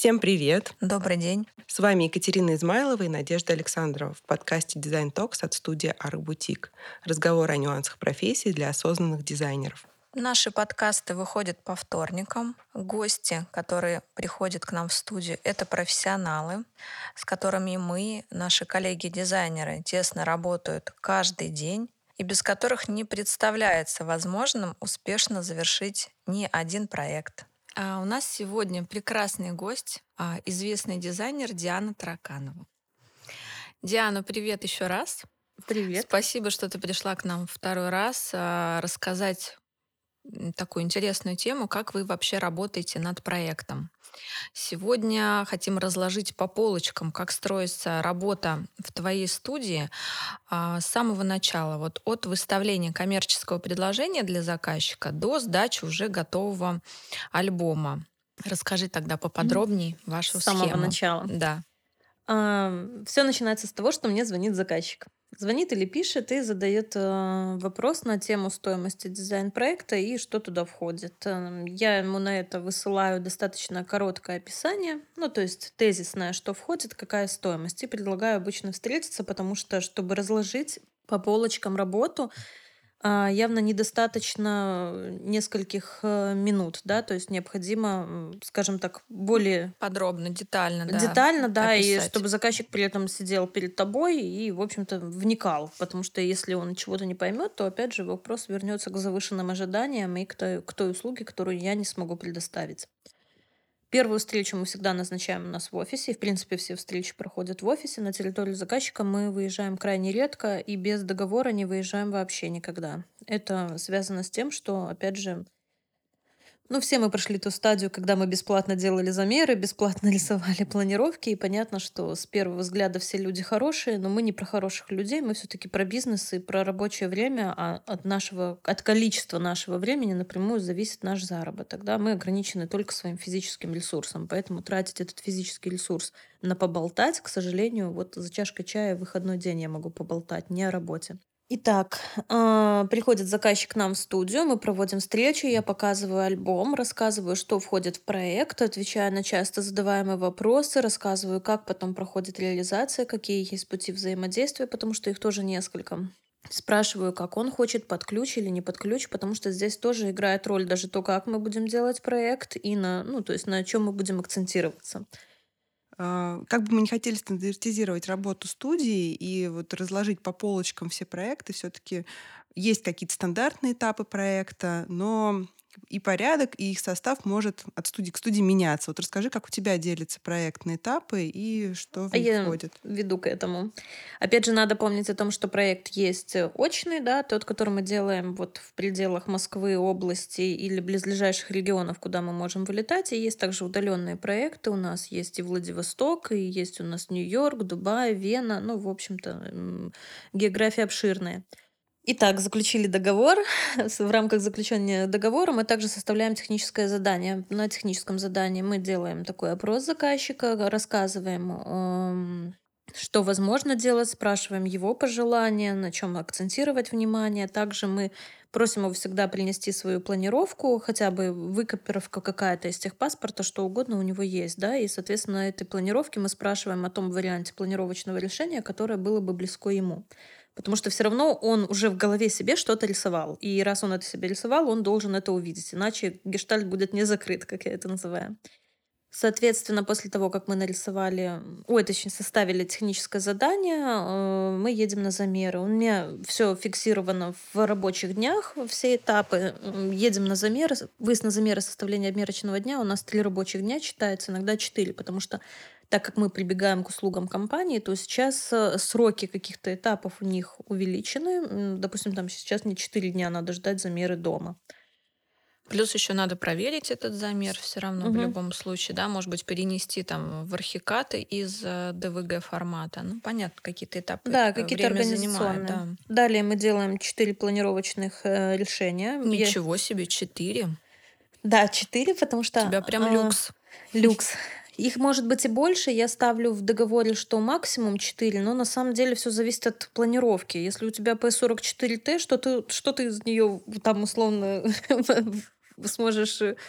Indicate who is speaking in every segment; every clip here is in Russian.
Speaker 1: Всем привет!
Speaker 2: Добрый день.
Speaker 1: С вами Екатерина Измайлова и Надежда Александрова в подкасте «Дизайн Токс» от студии «Арк Бутик». Разговор о нюансах профессии для осознанных дизайнеров.
Speaker 2: Наши подкасты выходят по вторникам. Гости, которые приходят к нам в студию, это профессионалы, с которыми мы, наши коллеги-дизайнеры, тесно работают каждый день и без которых не представляется возможным успешно завершить ни один проект. А у нас сегодня прекрасный гость, известный дизайнер Диана Тараканова. Диана, привет еще раз.
Speaker 3: Привет.
Speaker 2: Спасибо, что ты пришла к нам второй раз рассказать такую интересную тему, как вы вообще работаете над проектом. Сегодня хотим разложить по полочкам, как строится работа в твоей студии с самого начала, вот от выставления коммерческого предложения для заказчика до сдачи уже готового альбома. Расскажи тогда поподробнее вашу
Speaker 3: С самого
Speaker 2: схему.
Speaker 3: начала.
Speaker 2: Да.
Speaker 3: Все начинается с того, что мне звонит заказчик. Звонит или пишет и задает вопрос на тему стоимости дизайн-проекта и что туда входит. Я ему на это высылаю достаточно короткое описание, ну, то есть тезисное, что входит, какая стоимость. И предлагаю обычно встретиться, потому что, чтобы разложить по полочкам работу, явно недостаточно нескольких минут, да, то есть необходимо, скажем так, более
Speaker 2: Подробно, детально, да,
Speaker 3: детально, да, и
Speaker 2: описать.
Speaker 3: чтобы заказчик при этом сидел перед тобой и, в общем-то, вникал, потому что если он чего-то не поймет, то, опять же, вопрос вернется к завышенным ожиданиям и к той услуге, которую я не смогу предоставить. Первую встречу мы всегда назначаем у нас в офисе. И, в принципе, все встречи проходят в офисе. На территорию заказчика мы выезжаем крайне редко и без договора не выезжаем вообще никогда. Это связано с тем, что, опять же, все мы прошли ту стадию, когда мы бесплатно делали замеры, бесплатно рисовали планировки, и понятно, что с первого взгляда все люди хорошие, но мы не про хороших людей, мы все-таки про бизнес и про рабочее время, а от количества нашего времени напрямую зависит наш заработок. Да? Мы ограничены только своим физическим ресурсом, поэтому тратить этот физический ресурс на поболтать, к сожалению, вот за чашкой чая в выходной день я могу поболтать, не о работе. Итак, приходит заказчик к нам в студию, мы проводим встречу, я показываю альбом, рассказываю, что входит в проект, отвечаю на часто задаваемые вопросы, рассказываю, как потом проходит реализация, какие есть пути взаимодействия, потому что их тоже несколько. Спрашиваю, как он хочет, под ключ или не под ключ, потому что здесь тоже играет роль даже то, как мы будем делать проект и то есть на чем мы будем акцентироваться.
Speaker 1: Как бы мы не хотели стандартизировать работу студии и вот разложить по полочкам все проекты, все-таки есть какие-то стандартные этапы проекта, но и порядок, и их состав может от студии к студии меняться. Вот расскажи, как у тебя делятся проектные этапы и что в них
Speaker 3: Я
Speaker 1: входит.
Speaker 3: веду к этому. Опять же, надо помнить о том, что проект есть очный, да, тот, который мы делаем вот в пределах Москвы, области или близлежащих регионов, куда мы можем вылетать. И есть также удаленные проекты. У нас есть и Владивосток, и есть у нас Нью-Йорк, Дубай, Вена. В общем-то, география обширная. Итак, заключили договор. В рамках заключения договора мы также составляем техническое задание. На техническом задании мы делаем такой опрос заказчика, рассказываем, что возможно делать, спрашиваем его пожелания, на чем акцентировать внимание. Также мы просим его всегда принести свою планировку, хотя бы выкопировка какая-то из техпаспорта, что угодно у него есть, да, и, соответственно, на этой планировке мы спрашиваем о том варианте планировочного решения, которое было бы близко ему. Потому что все равно он уже в голове себе что-то рисовал. И раз он это себе рисовал, он должен это увидеть. Иначе гештальт будет не закрыт, как я это называю. Соответственно, после того, как мы составили техническое задание, мы едем на замеры. У меня все фиксировано в рабочих днях, все этапы. Едем на замеры. Выезд на замеры, составление обмерочного дня. У нас 3 рабочих дня читается, иногда 4, потому что так как мы прибегаем к услугам компании, то сейчас сроки каких-то этапов у них увеличены. Допустим, там сейчас не 4 дня надо ждать замеры дома.
Speaker 2: Плюс еще надо проверить этот замер все равно в любом случае, да, может быть, перенести там в архикаты из DVG формата. Понятно, какие-то этапы
Speaker 3: Да, какие-то
Speaker 2: время занимает,
Speaker 3: организационные.
Speaker 2: да.
Speaker 3: Далее мы делаем 4 планировочных решения.
Speaker 2: Ничего себе, 4.
Speaker 3: Да, 4, потому
Speaker 2: У
Speaker 3: что...
Speaker 2: тебя прям люкс.
Speaker 3: Люкс. Их может быть и больше. Я ставлю в договоре, что максимум 4, но на самом деле все зависит от планировки. Если у тебя P44T, что ты из нее там условно сможешь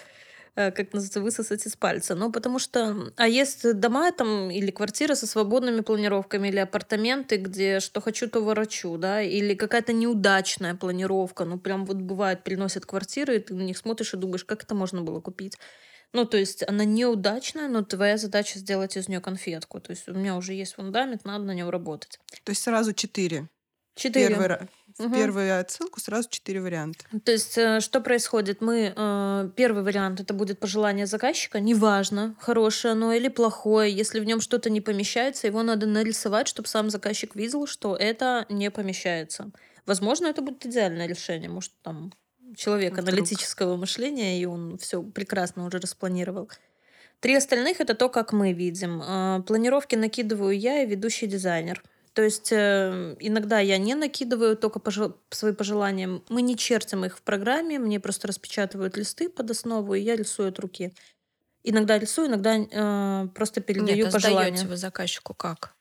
Speaker 3: как называется, высосать из пальца. Ну, потому что... А есть дома там или квартиры со свободными планировками, или апартаменты, где что хочу, то ворочу, да, или какая-то неудачная планировка. Ну, прям вот бывает, приносят квартиры, и ты на них смотришь и думаешь, как это можно было купить. Ну, то есть она неудачная, но твоя задача сделать из нее конфетку. То есть у меня уже есть фундамент, надо на нем работать.
Speaker 1: То есть сразу 4.
Speaker 3: Четыре.
Speaker 1: В
Speaker 3: Мгм.
Speaker 1: первую отсылку сразу 4 варианта.
Speaker 3: То есть, что происходит? Первый вариант это будет пожелание заказчика, неважно, хорошее оно или плохое. Если в нем что-то не помещается, его надо нарисовать, чтобы сам заказчик видел, что это не помещается. Возможно, это будет идеальное решение. Может, там человек
Speaker 1: Вдруг.
Speaker 3: аналитического мышления, и он все прекрасно уже распланировал. 3 остальных это то, как мы видим. Планировки накидываю я и ведущий дизайнер. То есть иногда я не накидываю только свои пожелания. Мы не чертим их в программе, мне просто распечатывают листы под основу, и я рисую от руки. Иногда рисую, иногда просто
Speaker 2: Нет,
Speaker 3: передаю
Speaker 2: а сдаете
Speaker 3: пожелания.
Speaker 2: вы заказчику как?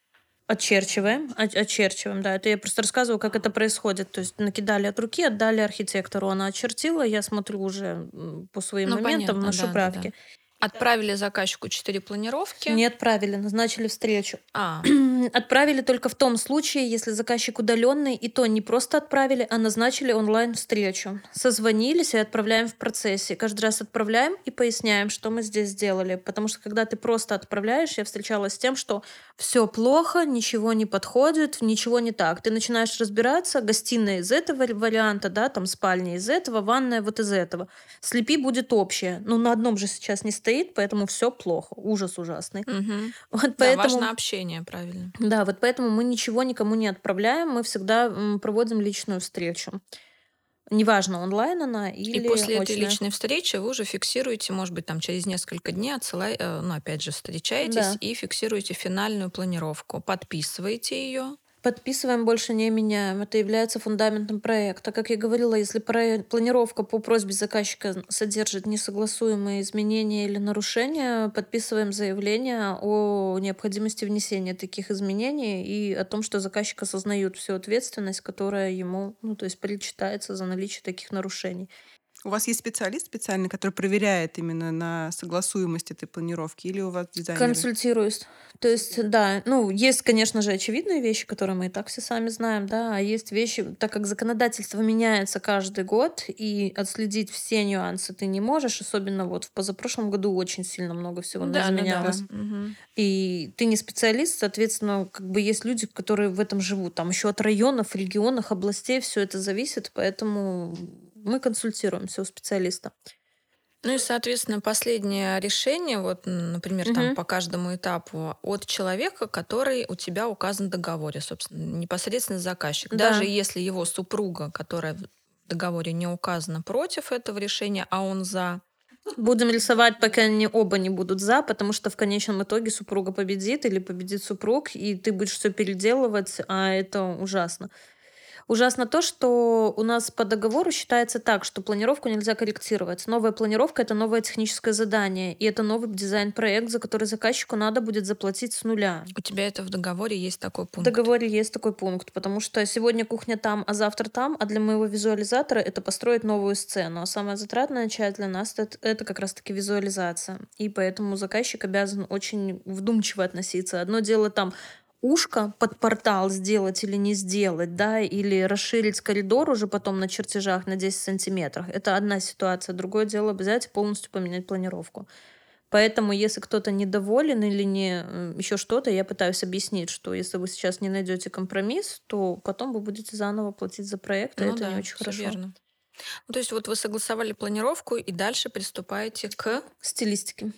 Speaker 3: Очерчиваем, да. Это я просто рассказываю, как это происходит. То есть накидали от руки, отдали архитектору, она очертила, я смотрю уже по своим
Speaker 2: Ну,
Speaker 3: моментам,
Speaker 2: понятно,
Speaker 3: вношу
Speaker 2: да.
Speaker 3: правки.
Speaker 2: Отправили заказчику 4 планировки.
Speaker 3: Не отправили, назначили встречу.
Speaker 2: А,
Speaker 3: Отправили только в том случае, если заказчик удаленный, и то не просто отправили, а назначили онлайн-встречу. Созвонились и отправляем в процессе. Каждый раз отправляем и поясняем, что мы здесь сделали. Потому что когда ты просто отправляешь, я встречалась с тем, что все плохо, ничего не подходит, ничего не так. Ты начинаешь разбираться, гостиная из этого варианта, да, там спальня из этого, ванная вот из этого. Слепи будет общее. Но на одном же сейчас не стоит, поэтому все плохо. Ужас ужасный.
Speaker 2: мгм.
Speaker 3: Вот
Speaker 2: Да,
Speaker 3: поэтому...
Speaker 2: важно общение, правильно.
Speaker 3: Да, вот поэтому мы ничего никому не отправляем, мы всегда проводим личную встречу. Неважно, онлайн она
Speaker 2: И
Speaker 3: или
Speaker 2: после этой
Speaker 3: очная.
Speaker 2: личной встречи вы уже фиксируете, может быть, там через несколько дней ну, опять же, встречаетесь
Speaker 3: Да.
Speaker 2: и фиксируете финальную планировку. Подписываете ее.
Speaker 3: Подписываем, больше не меняем. Это является фундаментом проекта. Как я говорила, если планировка по просьбе заказчика содержит несогласуемые изменения или нарушения, подписываем заявление о необходимости внесения таких изменений и о том, что заказчик осознает всю ответственность, которая ему, ну, то есть причитается за наличие таких нарушений.
Speaker 1: У вас есть специалист специальный, который проверяет именно на согласуемость этой планировки, или у вас дизайнеры?
Speaker 3: Консультируюсь. То есть, да, ну, есть, конечно же, очевидные вещи, которые мы и так все сами знаем, да, а есть вещи, так как законодательство меняется каждый год, и отследить все нюансы ты не можешь, особенно вот в позапрошлом году очень сильно много всего
Speaker 2: Да, да, да.
Speaker 3: изменялось.
Speaker 2: Мгм.
Speaker 3: И ты не специалист, соответственно, как бы есть люди, которые в этом живут. Там еще от районов, регионов, областей все это зависит, поэтому мы консультируемся у специалиста.
Speaker 2: Ну и, соответственно, последнее решение, вот, например, там
Speaker 3: Мгм.
Speaker 2: по каждому этапу от человека, который у тебя указан в договоре, собственно, непосредственно заказчик. Даже
Speaker 3: Да.
Speaker 2: если его супруга, которая в договоре не указана, против этого решения, а он за.
Speaker 3: Будем рисовать, пока они оба не будут за, потому что в конечном итоге супруга победит или победит супруг, и ты будешь все переделывать, а это ужасно. Ужасно то, что у нас по договору считается так, что планировку нельзя корректировать. Новая планировка — это новое техническое задание, и это новый дизайн-проект, за который заказчику надо будет заплатить с нуля.
Speaker 2: У тебя это в договоре есть такой
Speaker 3: В
Speaker 2: пункт.
Speaker 3: договоре есть такой пункт, потому что сегодня кухня там, а завтра там, а для моего визуализатора это построить новую сцену. А самая затратная часть для нас это как раз-таки визуализация. И поэтому заказчик обязан очень вдумчиво относиться. Одно дело там ушко под портал сделать или не сделать, да, или расширить коридор уже потом на чертежах на 10 сантиметров. Это одна ситуация. Другое дело взять и полностью поменять планировку. Поэтому, если кто-то недоволен или не еще что-то, я пытаюсь объяснить, что если вы сейчас не найдете компромисс, то потом вы будете заново платить за проект, а
Speaker 2: Ну
Speaker 3: это не
Speaker 2: да,
Speaker 3: очень
Speaker 2: все
Speaker 3: хорошо.
Speaker 2: верно. Ну, то есть вот вы согласовали планировку и дальше приступаете к.
Speaker 3: Стилистики.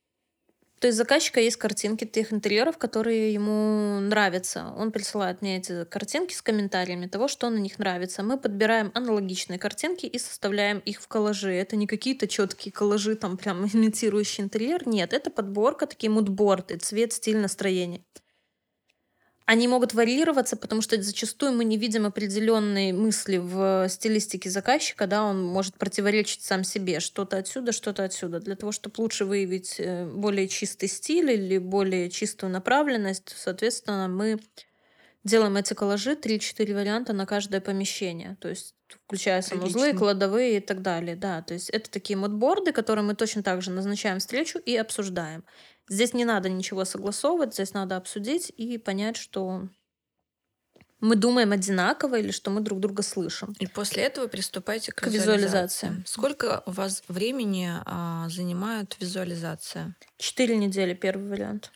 Speaker 3: То есть у заказчика есть картинки тех интерьеров, которые ему нравятся. Он присылает мне эти картинки с комментариями того, что на них нравится. Мы подбираем аналогичные картинки и составляем их в коллажи. Это не какие-то четкие коллажи, там прям имитирующие интерьер. Нет, это подборка, такие мудборды, цвет, стиль, настроение. Они могут варьироваться, потому что зачастую мы не видим определенные мысли в стилистике заказчика, да, он может противоречить сам себе, что-то отсюда, что-то отсюда. Для того, чтобы лучше выявить более чистый стиль или более чистую направленность, соответственно, мы делаем эти коллажи, 3-4 варианта на каждое помещение. То есть включая санузлы,
Speaker 1: Прилично.
Speaker 3: кладовые и так далее. Да, то есть это такие мудборды, которые мы точно так же назначаем встречу и обсуждаем. Здесь не надо ничего согласовывать, здесь надо обсудить и понять, что мы думаем одинаково или что мы друг друга слышим.
Speaker 2: И после этого приступайте к
Speaker 3: К визуализации.
Speaker 2: визуализации. Сколько у вас времени занимает визуализация?
Speaker 3: 4 недели первый вариант.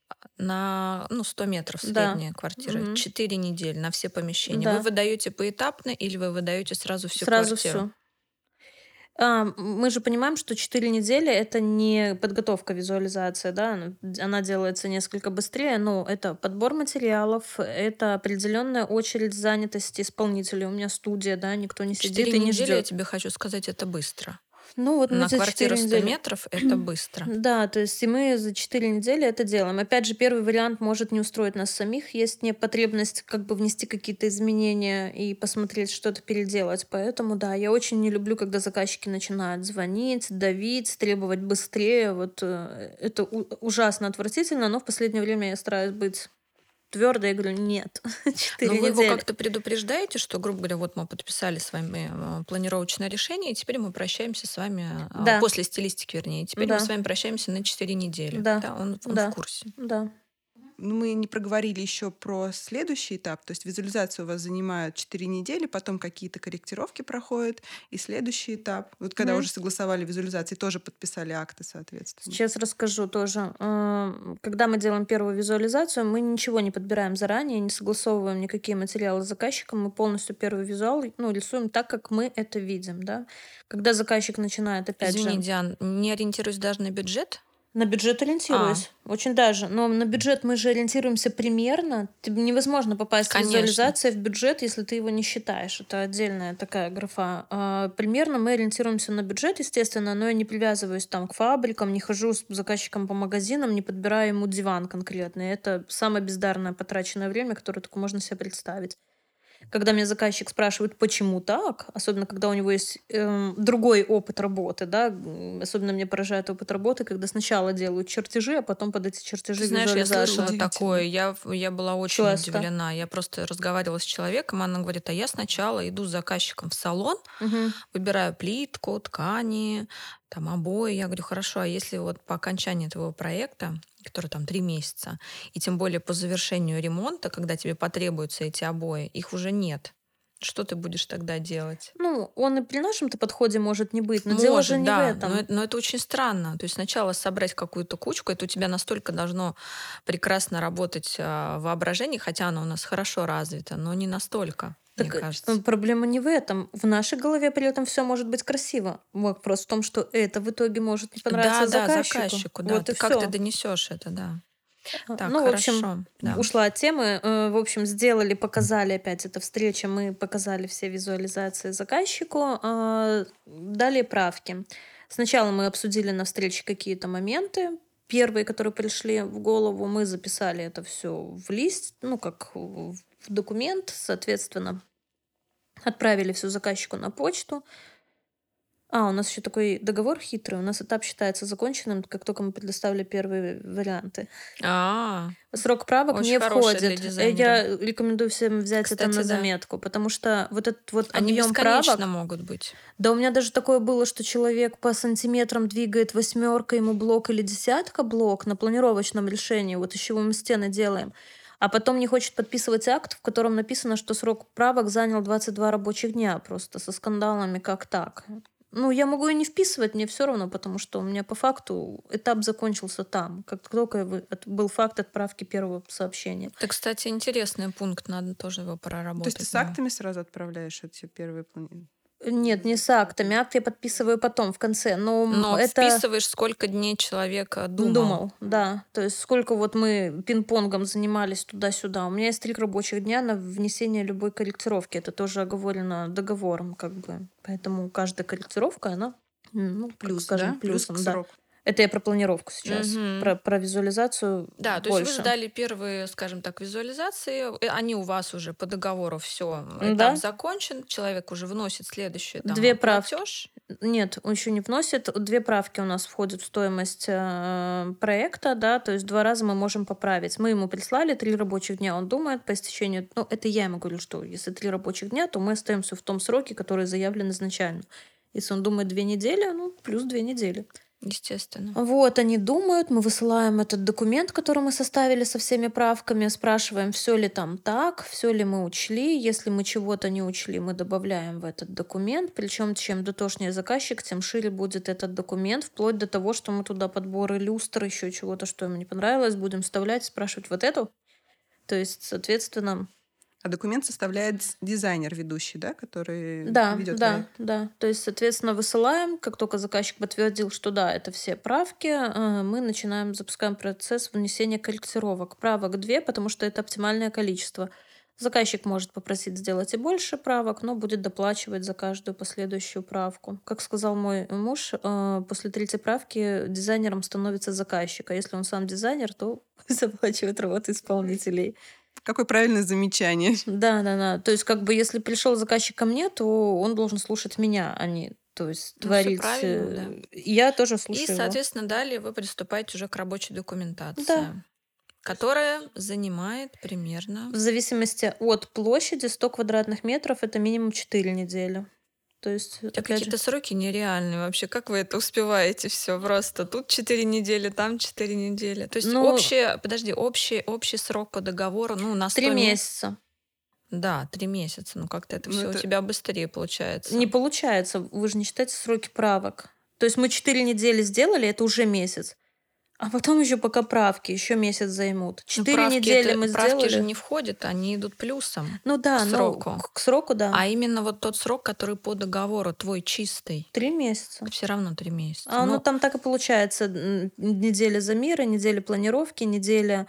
Speaker 2: На 100 метров
Speaker 3: Да.
Speaker 2: средняя квартира.
Speaker 3: Мгм.
Speaker 2: 4 недели на все помещения.
Speaker 3: Да.
Speaker 2: Вы выдаете поэтапно или вы выдаете сразу всю
Speaker 3: Сразу
Speaker 2: квартиру?
Speaker 3: все. Мы же понимаем, что 4 недели это не подготовка визуализации, да, она делается несколько быстрее, но это подбор материалов, это определенная очередь занятости исполнителей. У меня студия, да, никто не сидит
Speaker 2: 4
Speaker 3: и не
Speaker 2: недели, я
Speaker 3: ждет.
Speaker 2: тебе хочу сказать, это быстро.
Speaker 3: Ну вот мы
Speaker 2: На
Speaker 3: за 4
Speaker 2: квартиру 100
Speaker 3: недели.
Speaker 2: метров это быстро.
Speaker 3: Да, то есть и мы за 4 недели это делаем. Опять же, первый вариант может не устроить нас самих. Есть потребность как бы внести какие-то изменения и посмотреть, что-то переделать. Поэтому, да, я очень не люблю, когда заказчики начинают звонить, давить, требовать быстрее. Вот это ужасно отвратительно, но в последнее время я стараюсь быть твердо. Я говорю, нет, 4
Speaker 2: Но вы его
Speaker 3: недели.
Speaker 2: как-то предупреждаете, что, грубо говоря, вот мы подписали с вами планировочное решение, и теперь мы прощаемся с вами,
Speaker 3: Да.
Speaker 2: после стилистики, вернее, и теперь мы
Speaker 3: Да.
Speaker 2: с вами прощаемся на 4 недели.
Speaker 3: Да.
Speaker 2: Он
Speaker 3: Да.
Speaker 2: в курсе.
Speaker 3: Да.
Speaker 1: Ну, мы не проговорили еще про следующий этап. То есть визуализация у вас занимает 4 недели, потом какие-то корректировки проходят, и следующий этап. Вот когда
Speaker 3: Мгм.
Speaker 1: уже согласовали визуализации, тоже подписали акты, соответственно.
Speaker 3: Сейчас расскажу тоже. Когда мы делаем первую визуализацию, мы ничего не подбираем заранее, не согласовываем никакие материалы с заказчиком, мы полностью первый визуал рисуем так, как мы это видим. Да? Когда заказчик начинает, опять
Speaker 2: Извини,
Speaker 3: же,
Speaker 2: Диан, не ориентируюсь даже на бюджет?
Speaker 3: на бюджет ориентируюсь. Очень даже. Но на бюджет мы же ориентируемся примерно. Тебе невозможно попасть в
Speaker 2: Конечно.
Speaker 3: визуализацию в бюджет, если ты его не считаешь. Это отдельная такая графа. Примерно мы ориентируемся на бюджет, естественно, но я не привязываюсь там к фабрикам, не хожу с заказчиком по магазинам, не подбираю ему диван конкретный. Это самое бездарное потраченное время, которое только можно себе представить. Когда меня заказчик спрашивает, почему так, особенно когда у него есть другой опыт работы, да, особенно меня поражает опыт работы, когда сначала делают чертежи, а потом под эти чертежи
Speaker 2: Ты знаешь, я
Speaker 3: визуализацию.
Speaker 2: слышала
Speaker 1: Удивительно.
Speaker 2: такое, я была очень
Speaker 3: Часто.
Speaker 2: удивлена. Я просто разговаривала с человеком, она говорит, а я сначала иду с заказчиком в салон,
Speaker 3: Мгм.
Speaker 2: выбираю плитку, ткани, там обои. Я говорю, хорошо, а если вот по окончании твоего проекта, который там 3 месяца, и тем более по завершению ремонта, когда тебе потребуются эти обои, их уже нет. Что ты будешь тогда делать?
Speaker 3: Ну, он и при нашем-то подходе может не быть, но дело же
Speaker 2: Может,
Speaker 3: не в
Speaker 2: да,
Speaker 3: этом.
Speaker 2: но это очень странно. То есть сначала собрать какую-то кучку, это у тебя настолько должно прекрасно работать воображение, хотя оно у нас хорошо развито, но не настолько, мне
Speaker 3: Так
Speaker 2: кажется.
Speaker 3: проблема не в этом. В нашей голове при этом все может быть красиво. Вопрос в том, что это в итоге может не понравиться
Speaker 2: Да,
Speaker 3: заказчику.
Speaker 2: да.
Speaker 3: Вот и
Speaker 2: Как ты
Speaker 3: все.
Speaker 2: донесешь это, да. Так,
Speaker 3: Ну, в общем,
Speaker 2: хорошо. Да.
Speaker 3: ушла от темы. В общем, сделали, показали опять эта встреча, мы показали все визуализации заказчику, дали правки. Сначала мы обсудили на встрече какие-то моменты, первые, которые пришли в голову, мы записали это все в лист, как в документ, соответственно, отправили все заказчику на почту. У нас еще такой договор хитрый. У нас этап считается законченным, как только мы предоставили первые варианты. Срок правок
Speaker 2: Очень
Speaker 3: не
Speaker 2: хороший для
Speaker 3: входит.
Speaker 2: дизайнера.
Speaker 3: Я рекомендую всем взять это
Speaker 2: Кстати,
Speaker 3: на
Speaker 2: да.
Speaker 3: заметку, потому что вот этот вот
Speaker 2: Они
Speaker 3: объем
Speaker 2: бесконечно
Speaker 3: правок.
Speaker 2: могут быть.
Speaker 3: Да, у меня даже такое было, что человек по сантиметрам двигает 8, ему блок или 10 блок на планировочном решении, вот из чего мы стены делаем. А потом не хочет подписывать акт, в котором написано, что срок правок занял 22 рабочих дня, просто со скандалами, как так. Я могу и не вписывать, мне все равно, потому что у меня по факту этап закончился там, как только был факт отправки первого сообщения.
Speaker 2: Это, кстати, интересный пункт, надо тоже его
Speaker 1: То
Speaker 2: проработать.
Speaker 1: есть ты с актами сразу отправляешь эти первые планы?
Speaker 3: Нет, не с актами. Акт я подписываю потом, в конце.
Speaker 2: Но
Speaker 3: это
Speaker 2: вписываешь, сколько дней человек думал.
Speaker 3: Да. То есть сколько вот мы пинг-понгом занимались туда-сюда. У меня есть 3 рабочих дня на внесение любой корректировки. Это тоже оговорено договором, как бы. Поэтому каждая корректировка, она,
Speaker 1: Плюс,
Speaker 3: скажем,
Speaker 1: да? Плюс
Speaker 3: плюсом,
Speaker 1: к
Speaker 3: да.
Speaker 1: сроку.
Speaker 3: Это я про планировку сейчас.
Speaker 2: Мгм.
Speaker 3: Про визуализацию
Speaker 2: Да, то
Speaker 3: больше.
Speaker 2: есть вы сдали первые, скажем так, визуализации, они у вас уже по договору все,
Speaker 3: Да.
Speaker 2: этап закончен, человек уже вносит следующий там
Speaker 3: 2 правки.
Speaker 2: платеж.
Speaker 3: Нет, он еще не вносит. 2 правки у нас входят в стоимость проекта, да, то есть 2 раза мы можем поправить. Мы ему прислали 3 рабочих дня, он думает по истечению, ну, это я ему говорю, что если 3 рабочих дня, то мы остаемся в том сроке, который заявлен изначально. Если он думает 2 недели, ну, плюс 2 недели.
Speaker 2: Естественно.
Speaker 3: Вот, они думают, мы высылаем этот документ, который мы составили со всеми правками, спрашиваем, все ли там так, все ли мы учли. Если мы чего-то не учли, мы добавляем в этот документ. Причем чем дотошнее заказчик, тем шире будет этот документ, вплоть до того, что мы туда подборы люстр, еще чего-то, что ему не понравилось, будем вставлять, спрашивать вот эту. То есть, соответственно,
Speaker 1: А документ составляет дизайнер ведущий, да, который
Speaker 3: да,
Speaker 1: ведет
Speaker 3: да,
Speaker 1: проект?
Speaker 3: да. То есть, соответственно, высылаем, как только заказчик подтвердил, что да, это все правки, мы начинаем, запускаем процесс внесения корректировок. Правок 2, потому что это оптимальное количество. Заказчик может попросить сделать и больше правок, но будет доплачивать за каждую последующую правку. Как сказал мой муж, после 3-й правки дизайнером становится заказчик, а если он сам дизайнер, то заплачивает работу исполнителей.
Speaker 1: Какое правильное замечание.
Speaker 3: Да. То есть, как бы, если пришел заказчик ко мне, то он должен слушать меня, а не, то есть,
Speaker 2: Ну, все
Speaker 3: творить.
Speaker 2: правильно, да.
Speaker 3: И я тоже
Speaker 2: И,
Speaker 3: слушаю его.
Speaker 2: соответственно, далее вы приступаете уже к рабочей
Speaker 3: Да,
Speaker 2: документации, которая занимает примерно...
Speaker 3: в зависимости от площади 100 квадратных метров это минимум 4 недели. То есть,
Speaker 2: У тебя
Speaker 3: опять же,
Speaker 2: какие-то сроки нереальные вообще. Как вы это успеваете все просто? Тут 4 недели, там 4 недели. То есть
Speaker 3: ну,
Speaker 2: общий срок по договору, ну, на
Speaker 3: 3
Speaker 2: 100
Speaker 3: месяца.
Speaker 2: Да, 3 месяца. Ну, как-то это
Speaker 1: Ну,
Speaker 2: все у
Speaker 1: это
Speaker 2: тебя быстрее
Speaker 3: Не
Speaker 2: получается.
Speaker 3: получается, вы же не считаете сроки правок. То есть мы 4 недели сделали, это уже месяц. А потом еще пока правки, еще месяц займут.
Speaker 2: Ну,
Speaker 3: 4 недели мы
Speaker 2: правки же
Speaker 3: сделали.
Speaker 2: не входят, они идут плюсом
Speaker 3: Ну
Speaker 2: к
Speaker 3: да, ну,
Speaker 2: сроку.
Speaker 3: к сроку, да.
Speaker 2: А именно вот тот срок, который по договору, твой чистый,
Speaker 3: 3 месяца.
Speaker 2: все равно 3 месяца.
Speaker 3: Ну,
Speaker 2: Ну,
Speaker 3: там так и получается. Неделя замера, неделя планировки, неделя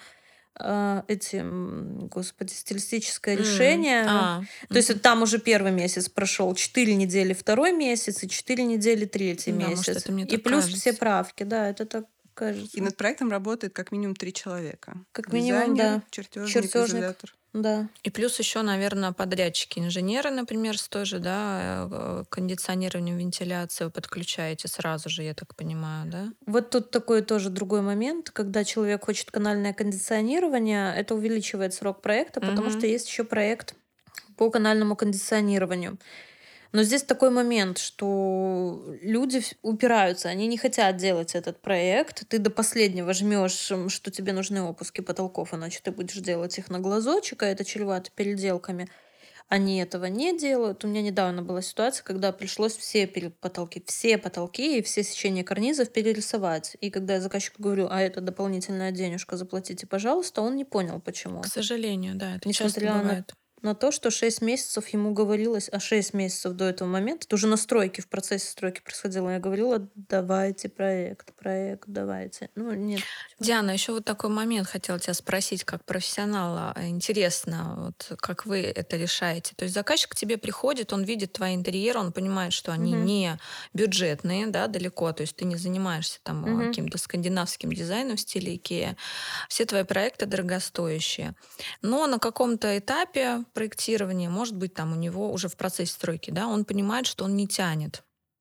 Speaker 3: господи, стилистическое решение. То есть там уже 1-й месяц прошел, 4 недели 2-й месяц и 4 недели 3-й
Speaker 2: да, может,
Speaker 3: месяц.
Speaker 2: это мне
Speaker 3: И
Speaker 2: так
Speaker 3: плюс все
Speaker 2: кажется.
Speaker 3: правки, да, это так
Speaker 1: И
Speaker 3: кажется.
Speaker 1: над проектом работает как минимум 3 человека.
Speaker 3: Как минимум,
Speaker 1: Дизайнер,
Speaker 3: да.
Speaker 1: чертежник,
Speaker 3: Чертежник,
Speaker 1: изолятор.
Speaker 3: да.
Speaker 2: И плюс еще, наверное, подрядчики, инженеры, например, с той же, да, кондиционированием, вентиляцией вы подключаете сразу же, я так понимаю, да?
Speaker 3: Вот тут такой тоже другой момент, когда человек хочет канальное кондиционирование, это увеличивает срок проекта, потому что
Speaker 2: Мгм.
Speaker 3: есть еще проект по канальному кондиционированию. Но здесь такой момент, что люди упираются, они не хотят делать этот проект. Ты до последнего жмешь, что тебе нужны опуски потолков, иначе ты будешь делать их на глазочек, а это чревато переделками. Они этого не делают. У меня недавно была ситуация, когда пришлось все потолки и все сечения карнизов перерисовать. И когда я заказчику говорю, а это дополнительная денежка, заплатите, пожалуйста, он не понял, почему.
Speaker 2: К сожалению, да, это часто
Speaker 3: Несмотря
Speaker 2: бывает.
Speaker 3: на то, что 6 месяцев ему говорилось, а 6 месяцев до этого момента, это уже настройки, в процессе стройки происходило, я говорила, давайте проект, давайте. Ну, нет.
Speaker 2: Диана, еще вот такой момент хотела тебя спросить, как профессионала. Интересно, вот как вы это решаете. То есть заказчик к тебе приходит, он видит твои интерьеры, он понимает, что они
Speaker 3: Мгм.
Speaker 2: не бюджетные, да, далеко, то есть ты не занимаешься там
Speaker 3: Мгм.
Speaker 2: каким-то скандинавским дизайном в стиле Икеа. Все твои проекты дорогостоящие. Но на каком-то этапе проектирования, может быть, там у него уже в процессе стройки, да, он понимает, что он не тянет.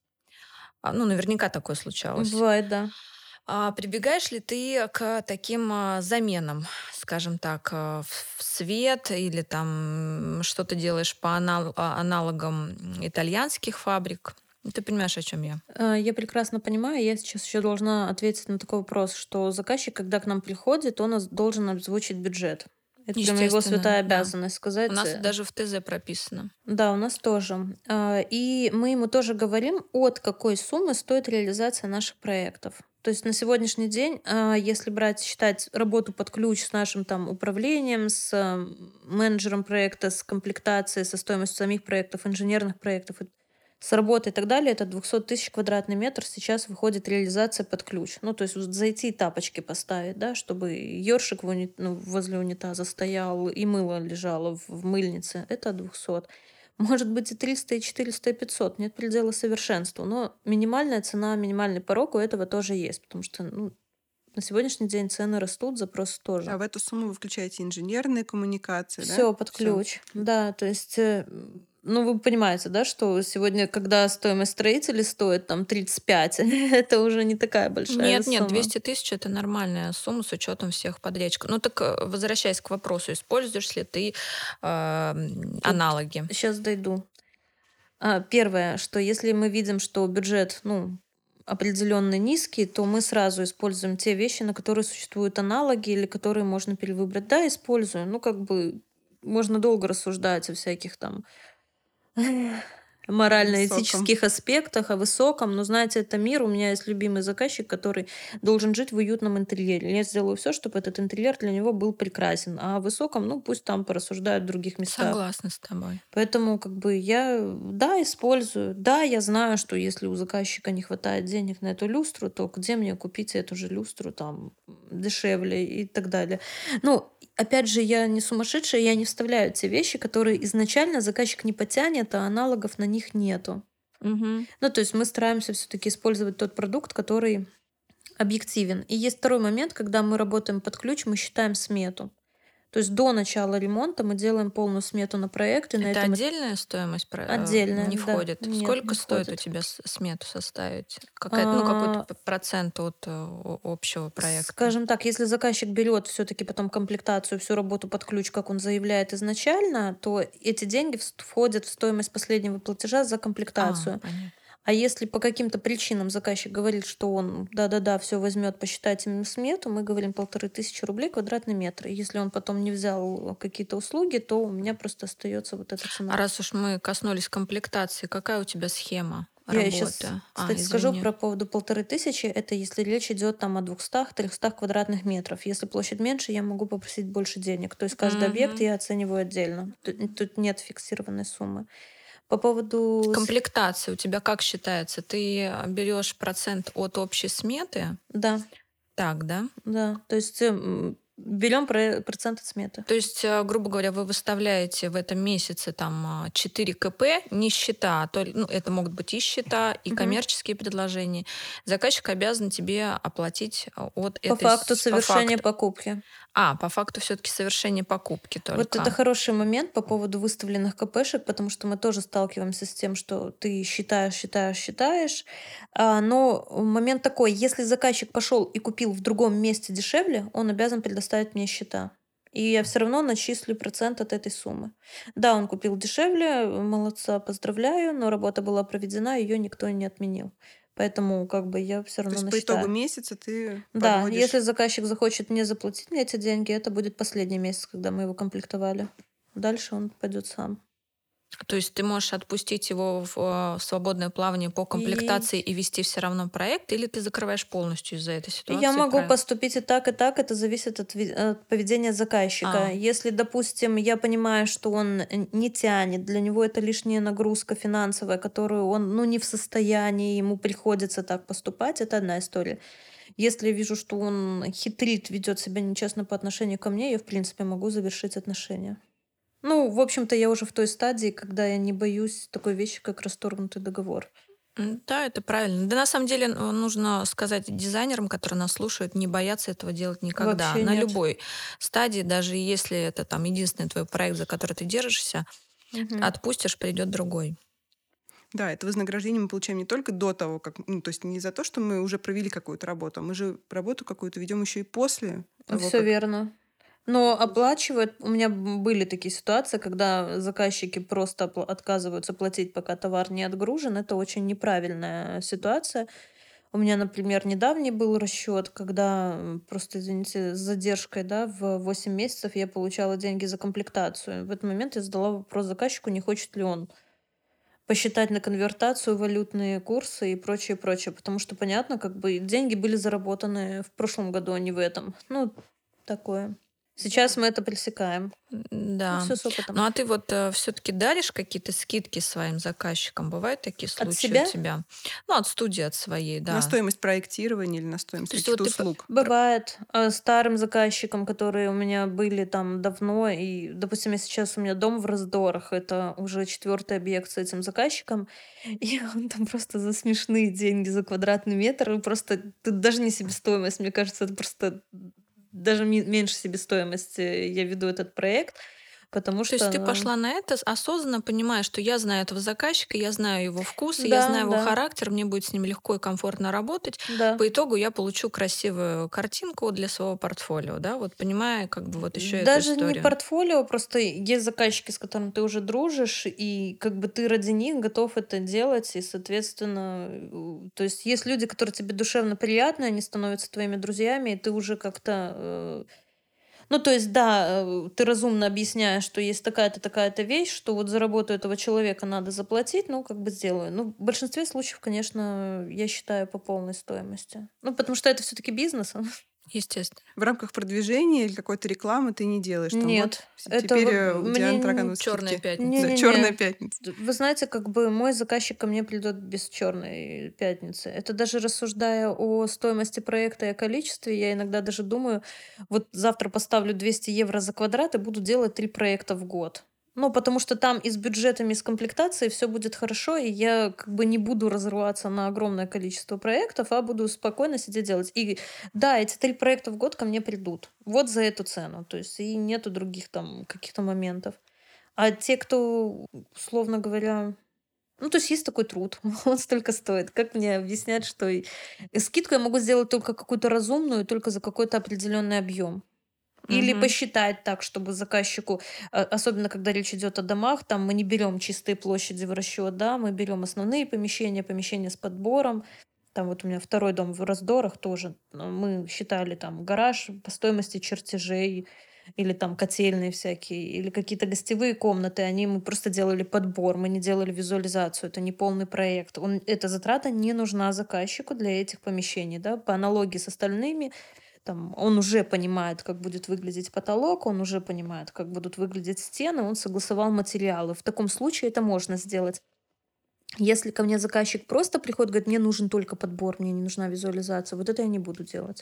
Speaker 2: Ну, наверняка такое случалось.
Speaker 3: Бывает, да.
Speaker 2: Прибегаешь ли ты к таким заменам, скажем так, в свет или там что-то делаешь по аналогам итальянских фабрик? Ну, ты понимаешь, о чем я?
Speaker 3: Я прекрасно понимаю, я сейчас еще должна ответить на такой вопрос, что заказчик, когда к нам приходит, он должен озвучить бюджет. Это прям его святая
Speaker 2: Естественно, да.
Speaker 3: обязанность
Speaker 2: У
Speaker 3: сказать.
Speaker 2: нас это даже в ТЗ прописано.
Speaker 3: Да, у нас тоже. И мы ему тоже говорим, от какой суммы стоит реализация наших проектов. То есть на сегодняшний день, если считать работу под ключ с нашим там управлением, с менеджером проекта, с комплектацией, со стоимостью самих проектов, инженерных проектов, с работой и так далее, это 200 тысяч квадратный метр сейчас выходит реализация под ключ. Ну, то есть вот зайти и тапочки поставить, да, чтобы ёршик возле унитаза стоял, и мыло лежало в мыльнице. Это 200. Может быть и 300, и 400, и 500. Нет предела совершенству. Но минимальная цена, минимальный порог у этого тоже есть. Потому что на сегодняшний день цены растут, запросы тоже.
Speaker 1: А в эту сумму вы включаете инженерные коммуникации, да?
Speaker 3: Все под
Speaker 1: Всё.
Speaker 3: ключ. Да, то есть Ну, вы понимаете, да, что сегодня, когда стоимость строителей стоит там 35, это уже не такая большая
Speaker 2: Нет, нет,
Speaker 3: сумма.
Speaker 2: 200 тысяч это нормальная сумма с учетом всех подрядчиков. Ну так возвращаясь к вопросу, используешь ли ты
Speaker 3: Тут
Speaker 2: аналоги?
Speaker 3: сейчас дойду. Первое, что если мы видим, что бюджет, ну, определенно низкий, то мы сразу используем те вещи, на которые существуют аналоги или которые можно перевыбрать. Да, использую. Ну, как бы можно долго рассуждать о всяких там
Speaker 1: Высоком.
Speaker 3: морально-этических аспектах, о высоком. Но, знаете, это мир. У меня есть любимый заказчик, который должен жить в уютном интерьере. Я сделаю все, чтобы этот интерьер для него был прекрасен. А о высоком, ну, пусть там порассуждают в других местах.
Speaker 2: Согласна с тобой.
Speaker 3: Поэтому как бы я, да, использую. Да, я знаю, что если у заказчика не хватает денег на эту люстру, то где мне купить эту же люстру там дешевле и так далее. Ну, опять же, я не сумасшедшая, я не вставляю те вещи, которые изначально заказчик не потянет, а аналогов на них нету.
Speaker 2: Мгм.
Speaker 3: Ну, то есть мы стараемся все-таки использовать тот продукт, который объективен. И есть второй момент, когда мы работаем под ключ, мы считаем смету. То есть до начала ремонта мы делаем полную смету на проект, и на
Speaker 2: Это
Speaker 3: этом
Speaker 2: отдельная стоимость
Speaker 3: отдельная,
Speaker 2: не
Speaker 3: да,
Speaker 2: входит?
Speaker 3: нет,
Speaker 2: Сколько
Speaker 3: не
Speaker 2: стоит у
Speaker 3: входит.
Speaker 2: тебя смету составить? Ну, какой-то
Speaker 3: А,
Speaker 2: процент от общего проекта?
Speaker 3: Скажем так, если заказчик берет все-таки потом комплектацию, всю работу под ключ, как он заявляет изначально, то эти деньги входят в стоимость последнего платежа за комплектацию.
Speaker 2: Понятно.
Speaker 3: А если по каким-то причинам заказчик говорит, что он да-да-да, все возьмет, посчитайте мне смету, мы говорим 1500 рублей квадратный метр. И если он потом не взял какие-то услуги, то у меня просто остается вот эта
Speaker 2: А
Speaker 3: цена.
Speaker 2: раз уж мы коснулись комплектации, какая у тебя схема
Speaker 3: Я сейчас,
Speaker 2: работы?
Speaker 3: кстати, скажу
Speaker 2: Извини.
Speaker 3: про поводу 1500. Это если речь идет там о 200-300 квадратных метров. Если площадь меньше, я могу попросить больше денег. То есть каждый объект
Speaker 2: Мгм.
Speaker 3: я оцениваю отдельно. Тут нет фиксированной суммы. По поводу...
Speaker 2: Комплектация у тебя как считается? Ты берешь процент от общей сметы?
Speaker 3: Да,
Speaker 2: Так, да?
Speaker 3: да. То есть берем процент от сметы.
Speaker 2: То есть, грубо говоря, вы выставляете в этом месяце там 4 КП, не счета, ну, это могут быть и счета, и
Speaker 3: Мгм.
Speaker 2: коммерческие предложения. Заказчик обязан тебе оплатить от
Speaker 3: По
Speaker 2: этой...
Speaker 3: факту
Speaker 2: По
Speaker 3: совершения
Speaker 2: факту.
Speaker 3: покупки.
Speaker 2: По факту все-таки совершение покупки
Speaker 3: Вот это
Speaker 2: только.
Speaker 3: хороший момент по поводу выставленных КПшек, потому что мы тоже сталкиваемся с тем, что ты считаешь, но момент такой, если заказчик пошел и купил в другом месте дешевле, он обязан предоставить мне счета. И я все равно начислю процент от этой суммы. Да, он купил дешевле, молодца, поздравляю, но работа была проведена, ее никто не отменил. Поэтому как бы я все
Speaker 1: То
Speaker 3: равно
Speaker 1: есть по итогу
Speaker 3: насчитаю.
Speaker 1: месяца ты
Speaker 3: Да, если
Speaker 1: подводишь.
Speaker 3: заказчик захочет не заплатить мне эти деньги, это будет последний месяц, когда мы его комплектовали. Дальше он пойдет сам.
Speaker 2: То есть ты можешь отпустить его в свободное плавание по
Speaker 3: И
Speaker 2: комплектации и вести все равно проект, или ты закрываешь полностью из-за этой
Speaker 3: я
Speaker 2: ситуации
Speaker 3: могу
Speaker 2: проект?
Speaker 3: поступить и так, и так. Это зависит от поведения заказчика.
Speaker 2: А,
Speaker 3: Если, допустим, я понимаю, что он не тянет, для него это лишняя нагрузка финансовая, которую он ну, не в состоянии, ему приходится так поступать, это одна история. Если я вижу, что он хитрит, ведет себя нечестно по отношению ко мне, я, в принципе, могу завершить отношения. Ну, в общем-то, я уже в той стадии, когда я не боюсь такой вещи, как расторгнутый договор.
Speaker 2: да, это правильно. Да, на самом деле, нужно сказать дизайнерам, которые нас слушают, не бояться этого делать никогда.
Speaker 3: Вообще
Speaker 2: На
Speaker 3: нет.
Speaker 2: любой стадии, даже если это там единственный твой проект, за который ты держишься,
Speaker 3: Мгм.
Speaker 2: отпустишь, придет другой.
Speaker 1: Да, это вознаграждение мы получаем не только до того, как... Ну, то есть не за то, что мы уже провели какую-то работу, а мы же работу какую-то ведем еще и после того,
Speaker 3: Все
Speaker 1: как...
Speaker 3: верно. Но оплачивают. У меня были такие ситуации, когда заказчики просто отказываются платить, пока товар не отгружен. Это очень неправильная ситуация. У меня, например, недавний был расчет, когда просто, извините, с задержкой, да, в 8 месяцев я получала деньги за комплектацию. В этот момент я задала вопрос заказчику, не хочет ли он посчитать на конвертацию валютные курсы и прочее, прочее. Потому что, понятно, как бы деньги были заработаны в прошлом году, а не в этом. Ну, такое. Сейчас мы это пресекаем. Ну,
Speaker 2: Да.
Speaker 3: все с
Speaker 2: Ну
Speaker 3: опытом.
Speaker 2: а ты вот все-таки даришь какие-то скидки своим заказчикам? Бывают такие
Speaker 3: От
Speaker 2: случаи у
Speaker 3: себя
Speaker 2: тебя? Ну, от студии, от своей,
Speaker 1: На
Speaker 2: да.
Speaker 1: стоимость проектирования или на стоимость
Speaker 2: То есть
Speaker 1: каких-то
Speaker 2: вот ты
Speaker 1: услуг.
Speaker 3: бывает старым заказчикам, которые у меня были там давно, и, допустим, я сейчас у меня дом в раздорах, это уже 4-й объект с этим заказчиком, и он там просто за смешные деньги за квадратный метр, и просто тут даже не себестоимость, мне кажется, это просто даже меньше себестоимости я веду этот проект. потому
Speaker 2: То есть ты
Speaker 3: что...
Speaker 2: пошла на это осознанно, понимая, что я знаю этого заказчика, я знаю его вкусы, я
Speaker 3: Да,
Speaker 2: знаю его
Speaker 3: да,
Speaker 2: характер, мне будет с ним легко и комфортно работать.
Speaker 3: да.
Speaker 2: По итогу я получу красивую картинку для своего портфолио, да, вот понимая как бы вот еще эту
Speaker 3: Даже не
Speaker 2: историю.
Speaker 3: портфолио, просто есть заказчики, с которыми ты уже дружишь, и как бы ты ради них готов это делать, и, соответственно, то есть есть люди, которые тебе душевно приятны, они становятся твоими друзьями, и ты уже как-то ну, то есть, да, ты разумно объясняешь, что есть такая-то, такая-то вещь, что вот за работу этого человека надо заплатить, ну, как бы сделаю. Ну, в большинстве случаев, конечно, я считаю по полной стоимости. Ну, потому что это все-таки бизнес.
Speaker 2: Естественно.
Speaker 1: В рамках продвижения или какой-то рекламы ты не делаешь. Там вот
Speaker 3: Нет, это
Speaker 1: теперь у Дианы
Speaker 3: мне...
Speaker 1: Таракановой
Speaker 2: Черная
Speaker 1: скидки.
Speaker 2: пятница.
Speaker 1: Да, черная
Speaker 3: Не-не-не.
Speaker 1: пятница.
Speaker 3: Вы знаете, как бы мой заказчик ко мне придет без черной пятницы. Это даже рассуждая о стоимости проекта и о количестве, я иногда даже думаю, вот завтра поставлю 200 евро за квадрат и буду делать 3 проекта в год. Ну, потому что там и с бюджетами, и с комплектацией все будет хорошо, и я как бы не буду разрываться на огромное количество проектов, а буду спокойно сидеть делать. И да, эти 3 проекта в год ко мне придут. Вот за эту цену. То есть и нету других там каких-то моментов. А те, кто, условно говоря, ну, то есть есть такой труд, он столько стоит. Как мне объяснять, что скидку я могу сделать только какую-то разумную, только за какой-то определенный объем. Или
Speaker 2: Мгм.
Speaker 3: посчитать так, чтобы заказчику, особенно когда речь идет о домах, там мы не берем чистые площади в расчет, да, мы берем основные помещения, помещения с подбором. Там вот у меня второй дом в Раздорах тоже. Мы считали там гараж по стоимости чертежей, или там котельные всякие, или какие-то гостевые комнаты. Они мы просто делали подбор, мы не делали визуализацию. Это не полный проект. Эта затрата не нужна заказчику для этих помещений. Да? По аналогии с остальными, там, он уже понимает, как будет выглядеть потолок, он уже понимает, как будут выглядеть стены, он согласовал материалы. В таком случае это можно сделать. Если ко мне заказчик просто приходит, говорит, мне нужен только подбор, мне не нужна визуализация, вот это я не буду делать.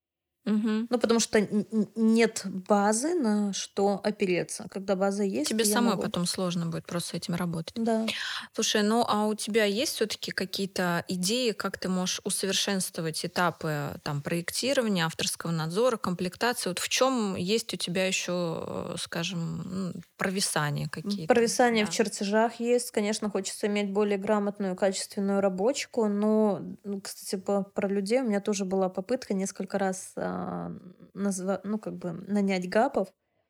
Speaker 2: Мгм.
Speaker 3: Ну, потому что нет базы, на что опереться. Когда база есть,
Speaker 2: Тебе
Speaker 3: я
Speaker 2: самой
Speaker 3: могу.
Speaker 2: потом сложно будет просто с этим работать.
Speaker 3: Да.
Speaker 2: Слушай, ну а у тебя есть все-таки какие-то идеи, как ты можешь усовершенствовать этапы там, проектирования, авторского надзора, комплектации? Вот в чем есть у тебя еще, скажем, провисания какие-то?
Speaker 3: Провисание в
Speaker 2: Да.
Speaker 3: чертежах есть. Конечно, хочется иметь более грамотную, качественную рабочку, но, кстати, про людей у меня тоже была попытка несколько раз ну, как бы нанять гапов.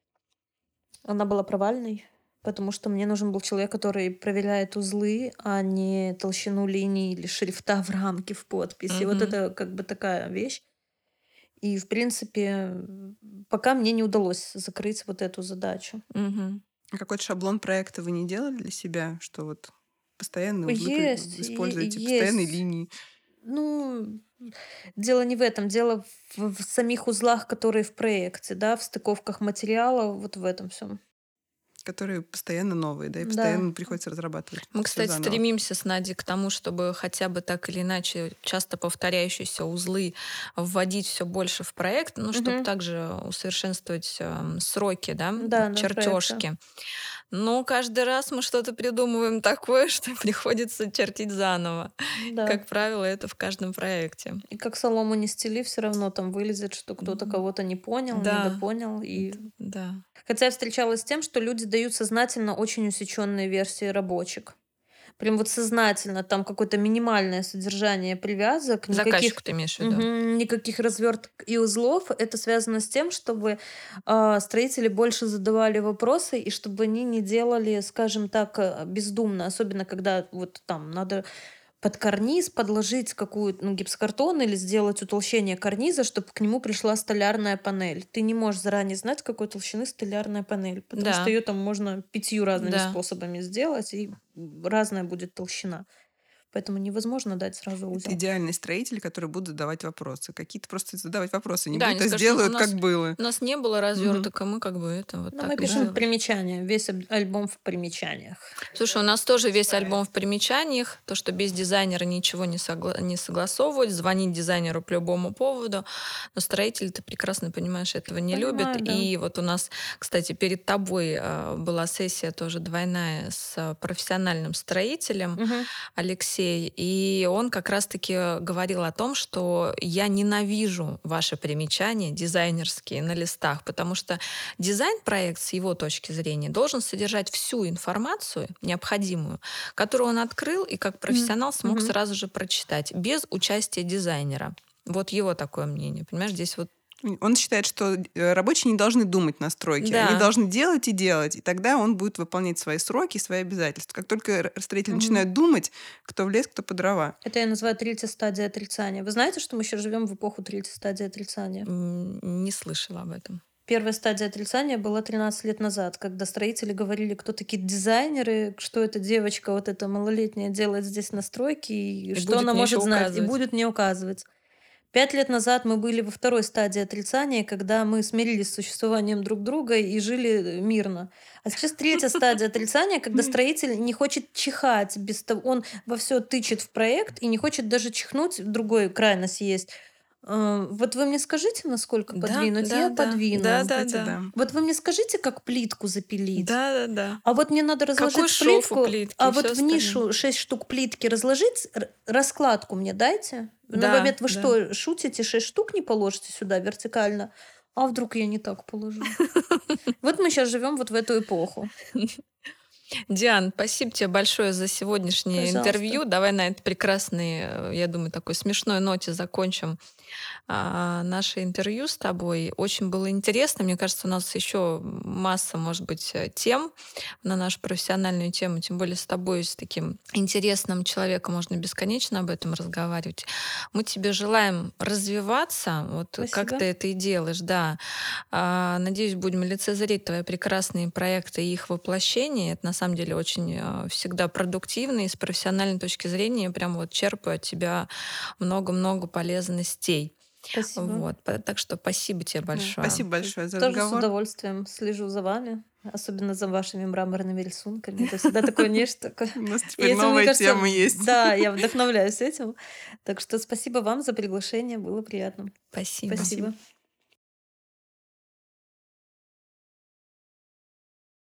Speaker 3: Она была провальной, потому что мне нужен был человек, который проверяет узлы, а не толщину линий или шрифта в рамке, в подписи. Вот
Speaker 2: Мгм.
Speaker 3: это как бы такая вещь. И, в принципе, пока мне не удалось закрыть вот эту задачу.
Speaker 2: Мгм.
Speaker 1: А какой-то шаблон проекта вы не делали для себя, что вот постоянные узлы
Speaker 3: Есть,
Speaker 1: используете, постоянные
Speaker 3: есть.
Speaker 1: линии,
Speaker 3: Ну, дело не в этом, дело в самих узлах, которые в проекте, да, в стыковках материала, вот в этом всем.
Speaker 1: которые постоянно новые, да, и
Speaker 3: Да.
Speaker 1: постоянно приходится разрабатывать
Speaker 2: Мы,
Speaker 1: все
Speaker 2: кстати,
Speaker 1: заново.
Speaker 2: стремимся с Надей к тому, чтобы хотя бы так или иначе часто повторяющиеся узлы вводить все больше в проект, ну, чтобы
Speaker 3: Мгм.
Speaker 2: также усовершенствовать сроки, да,
Speaker 3: Да, да, проекта.
Speaker 2: чертежки. Но каждый раз мы что-то придумываем такое, что приходится чертить заново.
Speaker 3: Да.
Speaker 2: Как правило, это в каждом проекте.
Speaker 3: И как солому не стели, все равно там вылезет, что кто-то
Speaker 2: Мгм.
Speaker 3: кого-то не понял,
Speaker 2: Да,
Speaker 3: недопонял. И...
Speaker 2: да.
Speaker 3: Хотя я встречалась с тем, что люди дают сознательно очень усеченные версии рабочек. Прям вот сознательно, там какое-то минимальное содержание привязок, никаких,
Speaker 2: Заказчику ты имеешь в виду?
Speaker 3: никаких разверток и узлов. Это связано с тем, чтобы строители больше задавали вопросы и чтобы они не делали, скажем так, бездумно, особенно когда вот там надо под карниз подложить какую-то гипсокартон или сделать утолщение карниза, чтобы к нему пришла столярная панель. Ты не можешь заранее знать, какой толщины столярная панель, потому что
Speaker 2: Да,
Speaker 3: ее там можно 5 разными
Speaker 2: да.
Speaker 3: способами сделать, и разная будет толщина. Поэтому невозможно дать сразу
Speaker 1: Это
Speaker 3: узел.
Speaker 1: идеальный строитель, который будет задавать вопросы. Какие-то просто задавать вопросы не
Speaker 2: Да,
Speaker 1: будут,
Speaker 2: они
Speaker 1: а
Speaker 2: скажут, «Ну,
Speaker 1: сделают, как было.
Speaker 2: у нас не было
Speaker 1: Мгм.
Speaker 2: разверток, а мы как бы это вот
Speaker 3: Но мы
Speaker 2: так и
Speaker 3: пишем
Speaker 1: Да.
Speaker 2: сделали».
Speaker 3: примечания, весь альбом в примечаниях.
Speaker 2: Слушай, у нас тоже весь альбом в примечаниях, то, что без дизайнера ничего не согласовывать, звонить дизайнеру по любому поводу. Но строитель, ты прекрасно понимаешь, этого не любит.
Speaker 3: Понимаю, да.
Speaker 2: И вот у нас, кстати, перед тобой была сессия тоже двойная с профессиональным строителем
Speaker 3: Мгм.
Speaker 2: Алексеем. Алексей, и он как раз-таки говорил о том, что я ненавижу ваши примечания дизайнерские на листах, потому что дизайн-проект с его точки зрения должен содержать всю информацию необходимую, которую он открыл и как профессионал смог
Speaker 3: Мгм.
Speaker 2: сразу же прочитать, без участия дизайнера. Вот его такое мнение. Понимаешь, здесь вот
Speaker 1: Он считает, что рабочие не должны думать на стройке. Они
Speaker 2: да.
Speaker 1: должны делать и делать. И тогда он будет выполнять свои сроки, свои обязательства. Как только строители
Speaker 3: Мгм.
Speaker 1: начинают думать, кто в лес, кто по дрова.
Speaker 3: Это я называю третья стадия отрицания. Вы знаете, что мы сейчас живем в эпоху третьей стадии отрицания?
Speaker 2: Не слышала об этом.
Speaker 3: Первая стадия отрицания была 13 лет назад, когда строители говорили, кто такие дизайнеры, что эта девочка вот эта малолетняя делает здесь на стройке, и
Speaker 2: И
Speaker 3: что
Speaker 2: будет
Speaker 3: она
Speaker 2: мне еще
Speaker 3: может знать, и
Speaker 2: указывать.
Speaker 3: будет мне указывать. 5 лет назад мы были во второй стадии отрицания, когда мы смирились с существованием друг друга и жили мирно. А сейчас третья стадия отрицания, когда строитель не хочет чихать, без того, он во все тычет в проект и не хочет даже чихнуть, в другой крайность есть. Вот вы мне скажите, насколько
Speaker 2: Да,
Speaker 3: подвинуть?
Speaker 2: да,
Speaker 3: Я
Speaker 2: да,
Speaker 3: подвину.
Speaker 2: да, да,
Speaker 1: Кстати,
Speaker 2: да.
Speaker 1: да.
Speaker 3: Вот вы мне скажите, как плитку запилить?
Speaker 2: Да, да, да.
Speaker 3: А вот мне надо
Speaker 2: Какой
Speaker 3: разложить
Speaker 2: шов у
Speaker 3: плитку,
Speaker 2: плитки
Speaker 3: а
Speaker 2: и
Speaker 3: вот
Speaker 2: все
Speaker 3: в
Speaker 2: остальное.
Speaker 3: нишу 6 штук плитки разложить, раскладку мне дайте. На
Speaker 2: Да,
Speaker 3: момент вы
Speaker 2: да.
Speaker 3: что, шутите, 6 штук не положите сюда вертикально? А вдруг я не так положу? Вот мы сейчас живем вот в эту эпоху.
Speaker 2: Диан, спасибо тебе большое за сегодняшнее
Speaker 3: Пожалуйста.
Speaker 2: интервью. Давай на этой прекрасной, я думаю, такой смешной ноте закончим наше интервью с тобой. Очень было интересно. Мне кажется, у нас еще масса, может быть, тем на нашу профессиональную тему. Тем более с тобой, с таким интересным человеком, можно бесконечно об этом разговаривать. Мы тебе желаем развиваться, вот как
Speaker 3: Спасибо.
Speaker 2: ты это и делаешь, да. Надеюсь, будем лицезреть твои прекрасные проекты и их воплощение. Это на самом деле очень всегда продуктивно, и с профессиональной точки зрения прям вот черпаю от тебя много-много полезностей.
Speaker 3: Спасибо.
Speaker 2: Вот. Так что спасибо тебе большое.
Speaker 1: Спасибо большое за
Speaker 3: Тоже с
Speaker 1: разговор.
Speaker 3: удовольствием слежу за вами, особенно за вашими мраморными рисунками. Это всегда такое нечто такое.
Speaker 1: У нас
Speaker 3: И
Speaker 1: теперь
Speaker 3: это, мне
Speaker 1: новая
Speaker 3: кажется,
Speaker 1: тема есть.
Speaker 3: да, я вдохновляюсь этим. Так что спасибо вам за приглашение, было приятно.
Speaker 2: Спасибо.
Speaker 3: Спасибо.